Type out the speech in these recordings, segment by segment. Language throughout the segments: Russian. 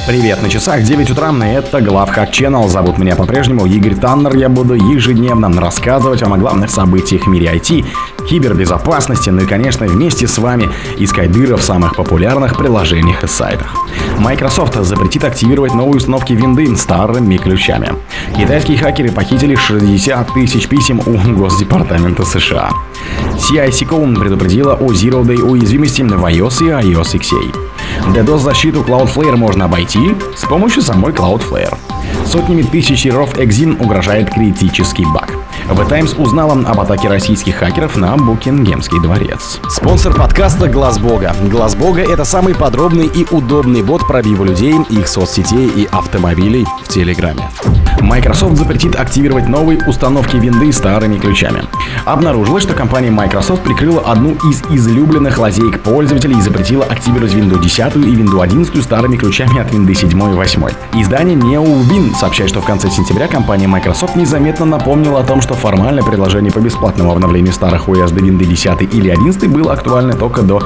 Привет, на часах 9 утра, и это Главхак Channel. Зовут меня по-прежнему Игорь Таннер. Я буду ежедневно рассказывать вам о главных событиях в мире IT, кибербезопасности, ну и, конечно, вместе с вами искать дыры в самых популярных приложениях и сайтах. Microsoft запретит активировать новые установки винды старыми ключами. Китайские хакеры похитили 60 тысяч писем у Госдепартамента США. CISO предупредила о Zero Day уязвимости в iOS и iOS XA. DDoS-защиту Cloudflare можно обойти с помощью самой Cloudflare. Сотнями тысяч серверов Exim угрожает критический баг. The Times узнала об атаке российских хакеров на Букингемский дворец. Спонсор подкаста Глаз Бога. Глаз Бога — это самый подробный и удобный бот пробива людей, их соцсетей и автомобилей в Телеграме. Microsoft запретит активировать новые установки винды старыми ключами. Обнаружилось, что компания Microsoft прикрыла одну из излюбленных лазеек пользователей и запретила активировать Windows 10 и Windows 11 старыми ключами от Windows 7 и 8. Издание NeoWin сообщает, что в конце сентября компания Microsoft незаметно напомнила о том, что формально предложение по бесплатному обновлению старых OS до Windows 10 или 11 было актуально только до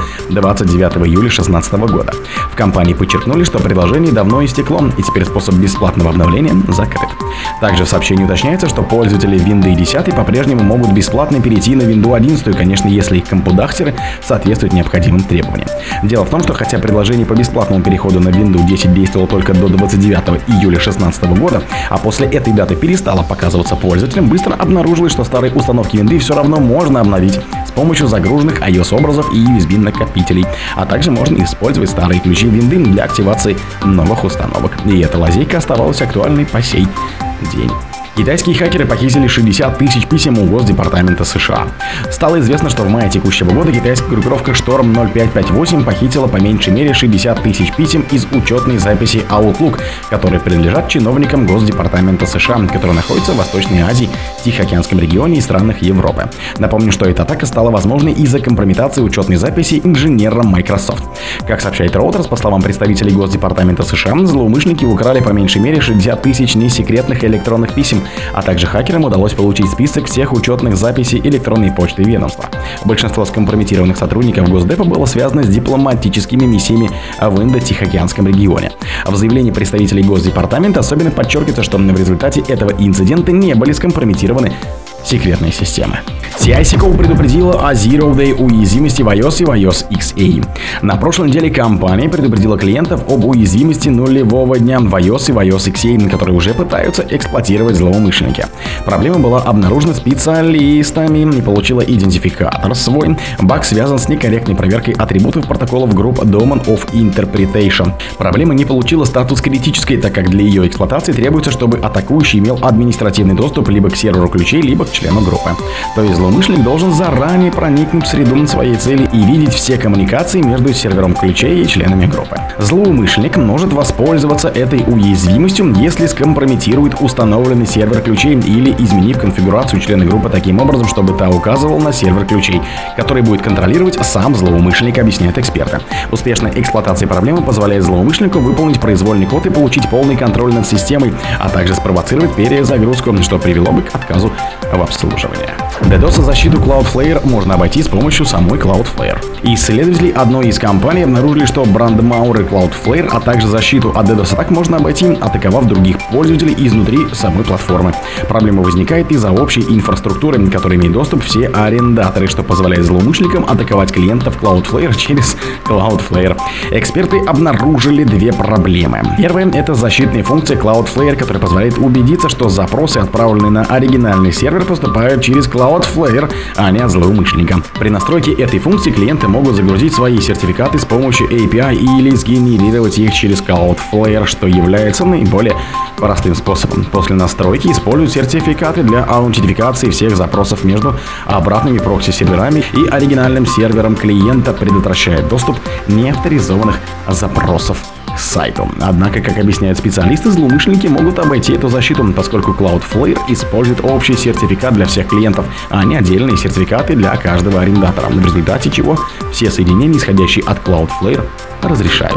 29 июля 2016 года. В компании подчеркнули, что предложение давно истекло, и теперь способ бесплатного обновления закрыт. Также в сообщении уточняется, что пользователи Windows 10 по-прежнему могут бесплатно перейти на Windows 11, конечно, если их компудахтеры соответствуют необходимым требованиям. Дело в том, что хотя предложение по бесплатному переходу на Windows 10 действовало только до 29 июля 2016 года, а после этой даты перестало показываться пользователям, быстро обнаружилось, что старые установки винды все равно можно обновить с помощью загруженных iOS-образов и USB-накопителей, а также можно использовать старые ключи винды для активации новых установок. И эта лазейка оставалась актуальной по сей день. Китайские хакеры похитили 60 тысяч писем у Госдепартамента США. Стало известно, что в мае текущего года китайская группировка Storm 0558 похитила по меньшей мере 60 тысяч писем из учетной записи Outlook, которые принадлежат чиновникам Госдепартамента США, которые находятся в Восточной Азии, Тихоокеанском регионе и странах Европы. Напомню, что эта атака стала возможной из-за компрометации учетной записи инженером Microsoft. Как сообщает Reuters, по словам представителей Госдепартамента США, злоумышленники украли по меньшей мере 60 тысяч несекретных электронных писем, а также хакерам удалось получить список всех учетных записей электронной почты ведомства. Большинство скомпрометированных сотрудников Госдепа было связано с дипломатическими миссиями в Индо-Тихоокеанском регионе. В заявлении представителей Госдепартамента особенно подчеркивается, что в результате этого инцидента не были скомпрометированы секретные системы. CISO предупредила о Zero Day уязвимости в iOS и в iOS XA. На прошлой неделе компания предупредила клиентов об уязвимости нулевого дня в iOS и в iOS XA, которые уже пытаются эксплуатировать злоумышленники. Проблема была обнаружена специалистами и получила идентификатор свой. Баг связан с некорректной проверкой атрибутов протоколов групп Domain of Interpretation. Проблема не получила статус критической, так как для ее эксплуатации требуется, чтобы атакующий имел административный доступ либо к серверу ключей, либо к члену группы. То есть злоумышленник должен заранее проникнуть в среду своей цели и видеть все коммуникации между сервером ключей и членами группы. Злоумышленник может воспользоваться этой уязвимостью, если скомпрометирует установленный сервер ключей или изменив конфигурацию члена группы таким образом, чтобы та указывала на сервер ключей, который будет контролировать сам злоумышленник, объясняют эксперты. Успешная эксплуатация проблемы позволяет злоумышленнику выполнить произвольный код и получить полный контроль над системой, а также спровоцировать перезагрузку, что привело бы к отказу в обслуживании. DDoS-защиту Cloudflare можно обойти с помощью самой Cloudflare. Исследователи одной из компаний обнаружили, что брандмауры Cloudflare, а также защиту от DDoS-атак можно обойти, атаковав других пользователей изнутри самой платформы. Проблема возникает из-за общей инфраструктуры, к которой имеют доступ все арендаторы, что позволяет злоумышленникам атаковать клиентов Cloudflare через Cloudflare. Эксперты обнаружили две проблемы. Первая — это защитная функция Cloudflare, которая позволяет убедиться, что запросы, отправленные на оригинальный сервер, поступают через Cloudflare, а не от злоумышленника. При настройке этой функции клиенты могут загрузить свои сертификаты с помощью API или сгенерировать их через Cloudflare, что является наиболее простым способом. После настройки используют сертификаты для аутентификации всех запросов между обратными прокси-серверами и оригинальным сервером клиента, предотвращая доступ неавторизованных запросов к сайту. Однако, как объясняют специалисты, злоумышленники могут обойти эту защиту, поскольку Cloudflare использует общий сертификат для всех клиентов, а не отдельные сертификаты для каждого арендатора, в результате чего все соединения, исходящие от Cloudflare, разрешаются.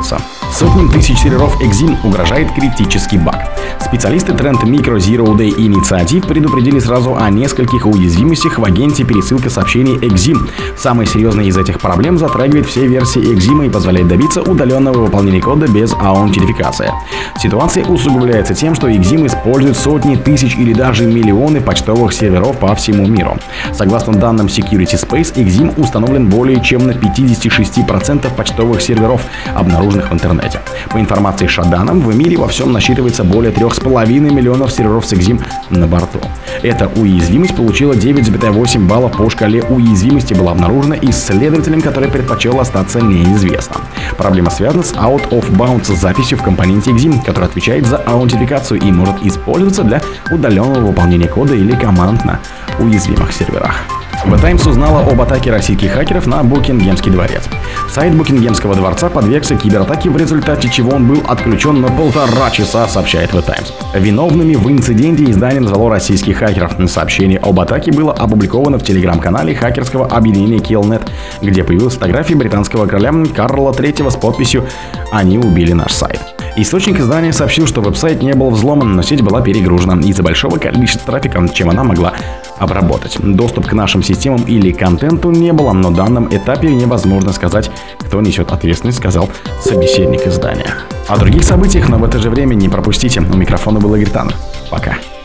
Сотням тысяч серверов Exim угрожает критический баг. Специалисты Trend Micro Zero Day Initiative предупредили сразу о нескольких уязвимостях в агенте пересылки сообщений Exim. Самая серьезная из этих проблем затрагивает все версии Exim и позволяет добиться удаленного выполнения кода без аутентификации. Ситуация усугубляется тем, что Exim использует сотни тысяч или даже миллионы почтовых серверов по всему миру. Согласно данным Security Space, Exim установлен более чем на 56% почтовых серверов, обнаруженных в интернете. По информации Шаданом, в мире во всем насчитывается более 3,5 миллионов серверов с Exim на борту. Эта уязвимость получила 9,8 баллов по шкале уязвимости, была обнаружена исследователем, который предпочел остаться неизвестным. Проблема связана с Out of Bounds записью в компоненте Exim, который отвечает за аутентификацию и может использоваться для удаленного выполнения кода или команд на уязвимых серверах. The Times узнала об атаке российских хакеров на Букингемский дворец. Сайт Букингемского дворца подвергся кибератаке, в результате чего он был отключен на 1,5 часа, сообщает The Times. Виновными в инциденте издание назвало российских хакеров. Сообщение об атаке было опубликовано в телеграм-канале хакерского объединения Killnet, где появилась фотография британского короля Карла III с подписью «Они убили наш сайт». Источник издания сообщил, что веб-сайт не был взломан, но сеть была перегружена из-за большого количества трафика, чем она могла обработать. Доступ к нашим системам или контенту не было, но на данном этапе невозможно сказать, кто несет ответственность, сказал собеседник издания. О других событиях, но в это же время не пропустите. У микрофона был Игорь Таннер. Пока.